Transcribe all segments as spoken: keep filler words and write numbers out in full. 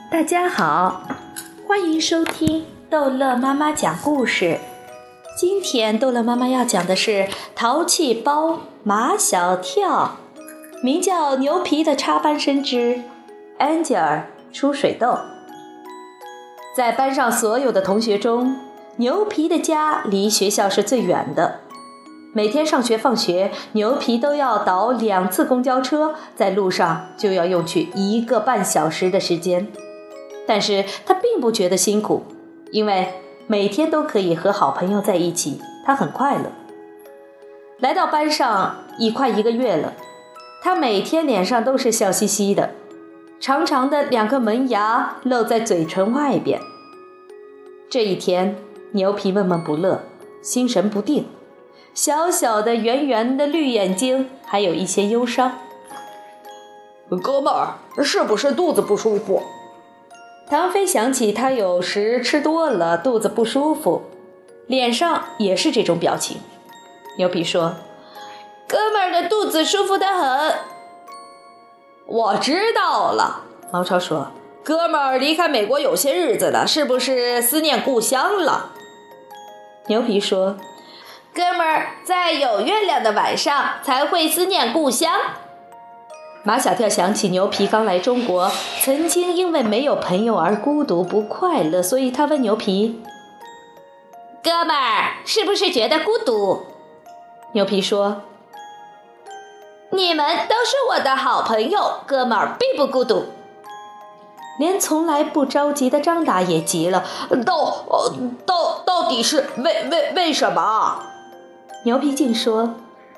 大家好，欢迎收听逗乐妈妈讲故事。今天逗乐妈妈要讲的是淘气包马小跳，名叫牛皮的插班生之安吉尔出水痘。在班上所有的同学中，牛皮的家离学校是最远的。每天上学放学，牛皮都要倒两次公交车，在路上就要用去一个半小时的时间。但是他并不觉得辛苦，因为每天都可以和好朋友在一起，他很快乐。来到班上已快一个月了，他每天脸上都是笑嘻嘻的，长长的两个门牙露在嘴唇外边。这一天，牛皮闷闷不乐，心神不定，小小的圆圆的绿眼睛还有一些忧伤。 哥们儿，是不是肚子不舒服？ 唐飞想起他有时吃多了肚子不舒服，脸上也是这种表情。牛皮说，哥们儿的肚子舒服得很。 我知道了， 毛超说， 哥们儿离开美国有些日子了，是不是思念故乡了？ 牛皮说， 哥们儿在有月亮的晚上才会思念故乡。 马小跳想起牛皮刚来中国，曾经因为没有朋友而孤独不快乐，所以他问牛皮， 哥们儿是不是觉得孤独？ 牛皮说， 你们都是我的好朋友，哥们儿并不孤独。 连从来不着急的张达也急了， 到呃到到底是为为为什么？ 牛皮竟说，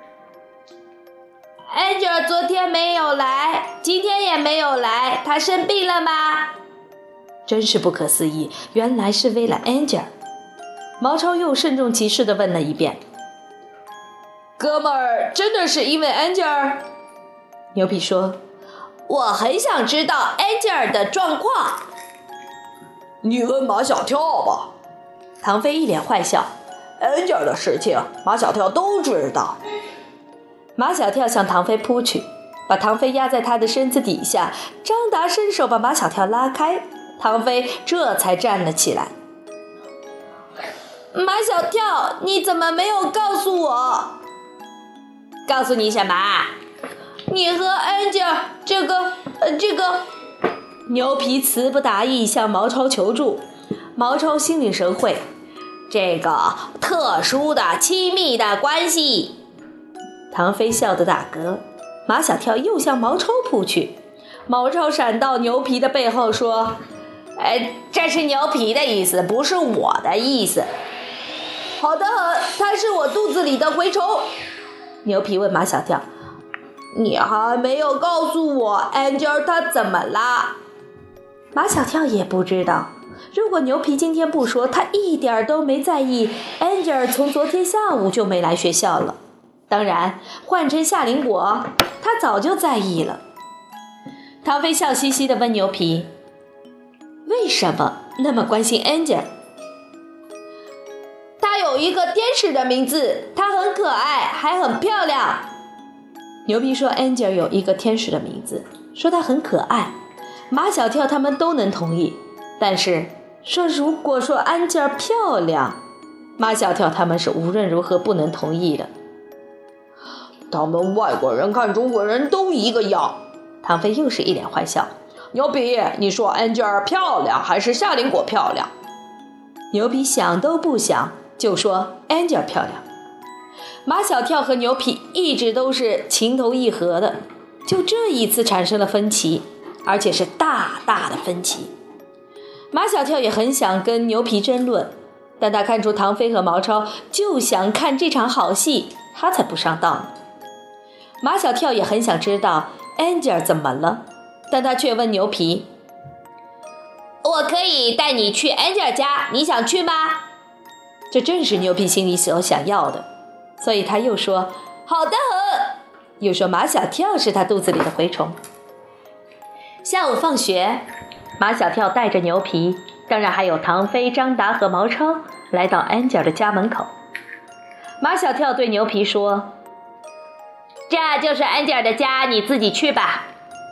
安吉尔昨天没有来，今天也没有来，他生病了吗？ 真是不可思议，原来是为了安吉尔。毛超又慎重其事地问了一遍， 哥们儿真的是因为安吉尔？ 牛皮说， 我很想知道安吉尔的状况。 你问马小跳吧。 唐飞一脸坏笑， 安吉尔的事情马小跳都知道。 马小跳向唐飞扑去，把唐飞压在他的身子底下，张达伸手把马小跳拉开，唐飞这才站了起来。 马小跳，你怎么没有告诉我？告诉你什么？你和安吉尔这个呃这个牛皮词不达意向毛超求助。毛超心领神会， 这个特殊的亲密的关系。 唐飞笑得打嗝，马小跳又向毛超扑去，毛超闪到牛皮的背后说， 呃这是牛皮的意思，不是我的意思。 好的很，他是我肚子里的蛔虫。 牛皮问马小跳， 你还没有告诉我安吉尔他怎么啦？ 马小跳也不知道，如果牛皮今天不说，他一点都没在意安吉尔从昨天下午就没来学校了。当然换成夏林果，他早就在意了。唐飞笑嘻嘻地问牛皮，为什么那么关心安吉尔？ 他有一个天使的名字，他很可爱还很漂亮。 牛皮说安吉尔有一个天使的名字，说他很可爱，马小跳他们都能同意，但是说如果说安吉尔漂亮，马小跳他们是无论如何不能同意的。 他们外国人看中国人都一个样。 唐飞又是一脸坏笑， 牛皮，你说安吉尔漂亮还是夏林果漂亮？ 牛皮想都不想就说安吉尔漂亮。马小跳和牛皮一直都是情投意合的，就这一次产生了分歧，而且是大大的分歧。马小跳也很想跟牛皮争论，但他看出唐飞和毛超就想看这场好戏，他才不上当呢。马小跳也很想知道安吉尔怎么了，但他却问牛皮， 我可以带你去安吉尔家，你想去吗？ 这正是牛皮心里所想要的，所以他又说好的很，又说马小跳是他肚子里的蛔虫。下午放学，马小跳带着牛皮，当然还有唐飞、张达和毛超来到安吉尔的家门口。马小跳对牛皮说， 这就是安吉尔的家，你自己去吧。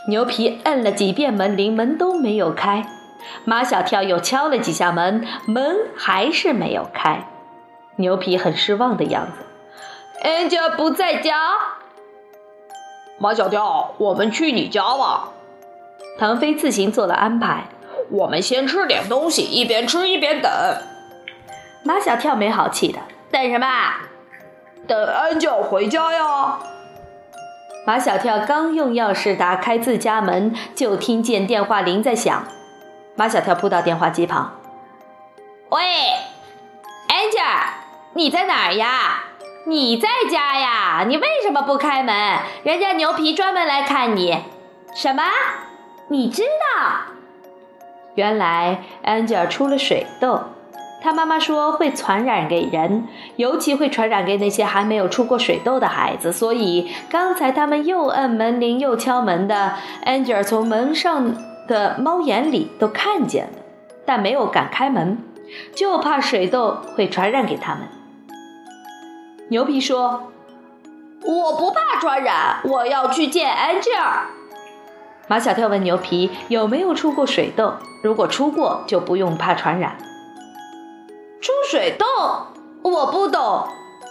牛皮摁了几遍门铃，门都没有开。马小跳又敲了几下门，门还是没有开。牛皮很失望的样子。 Angel 不在家。 马小跳，我们去你家吧。 唐飞自行做了安排。 我们先吃点东西，一边吃一边等。 马小跳没好气的，等什么？ 等 Angel 回家呀。 马小跳刚用钥匙打开自家门，就听见电话铃在响。马小跳扑到电话机旁。 喂 Angel， 你在哪儿呀？你在家呀？你为什么不开门？人家牛皮专门来看你。什么？你知道？ 原来 Angel 出了水痘，他妈妈说会传染给人，尤其会传染给那些还没有出过水痘的孩子，所以刚才他们又摁门铃又敲门的 Angel 从门上的猫眼里都看见了，但没有敢开门，就怕水痘会传染给他们。牛皮说： 我不怕传染，我要去见 Angel。 马小跳问牛皮有没有出过水痘，如果出过就不用怕传染。 出水痘？我不懂。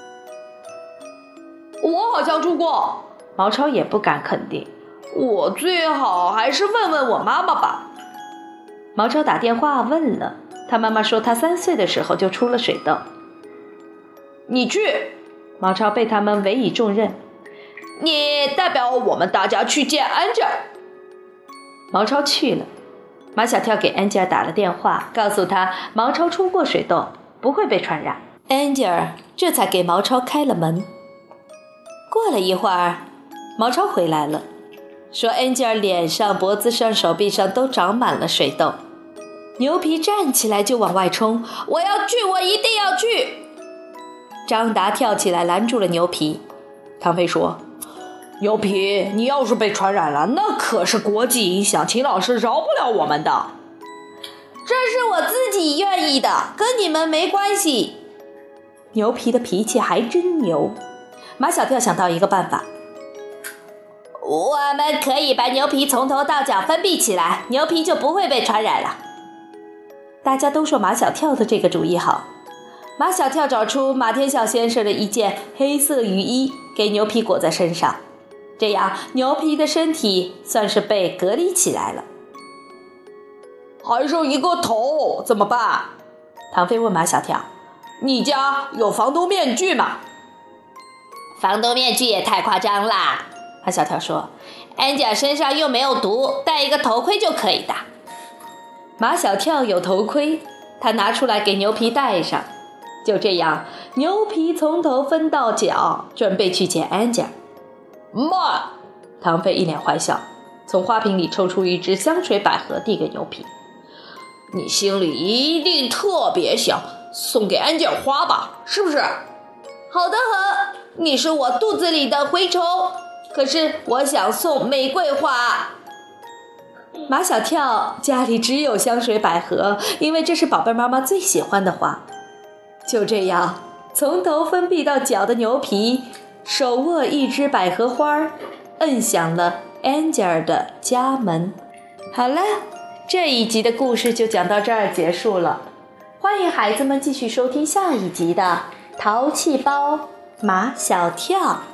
我好像出过。 毛超也不敢肯定。 我最好还是问问我妈妈吧。 毛超打电话问了，他妈妈说他三岁的时候就出了水痘。 你去。 毛超被他们委以重任。 你代表我们大家去见 Angel。 毛超去了。马小跳给 Angel 打了电话，告诉他毛超出过水痘，不会被传染。Angel 这才给毛超开了门。过了一会儿，毛超回来了，说 Angel 脸上、脖子上、手臂上都长满了水痘。牛皮站起来就往外冲， 我要去，我一定要去。 张达跳起来拦住了牛皮。唐飞说： 牛皮，你要是被传染了，那可是国际影响，秦老师饶不了我们的。 这是我自己愿意的，跟你们没关系。 牛皮的脾气还真牛。马小跳想到一个办法， 我们可以把牛皮从头到脚封闭起来，牛皮就不会被传染了。 大家都说马小跳的这个主意好。马小跳找出马天笑先生的一件黑色雨衣，给牛皮裹在身上，这样牛皮的身体算是被隔离起来了。 还剩一个头怎么办？ 唐飞问马小跳： 你家有防毒面具吗？ 防毒面具也太夸张啦。 马小跳说： Angel 身上又没有毒，戴一个头盔就可以的。 马小跳有头盔，他拿出来给牛皮戴上。就这样，牛皮从头分到脚，准备去见 Angel。 慢！ 唐飞一脸坏笑，从花瓶里抽出一支香水百合递给牛皮。 你心里一定特别想送给 Angel 花吧，是不是？ 好的很，你是我肚子里的蛔虫，可是我想送玫瑰花。 马小跳家里只有香水百合，因为这是宝贝妈妈最喜欢的花。就这样，从头分泌到脚的牛皮手握一支百合花，摁响了 Angel 的家门。好了，这一集的故事就讲到这儿结束了。欢迎孩子们继续收听下一集的淘气包马小跳。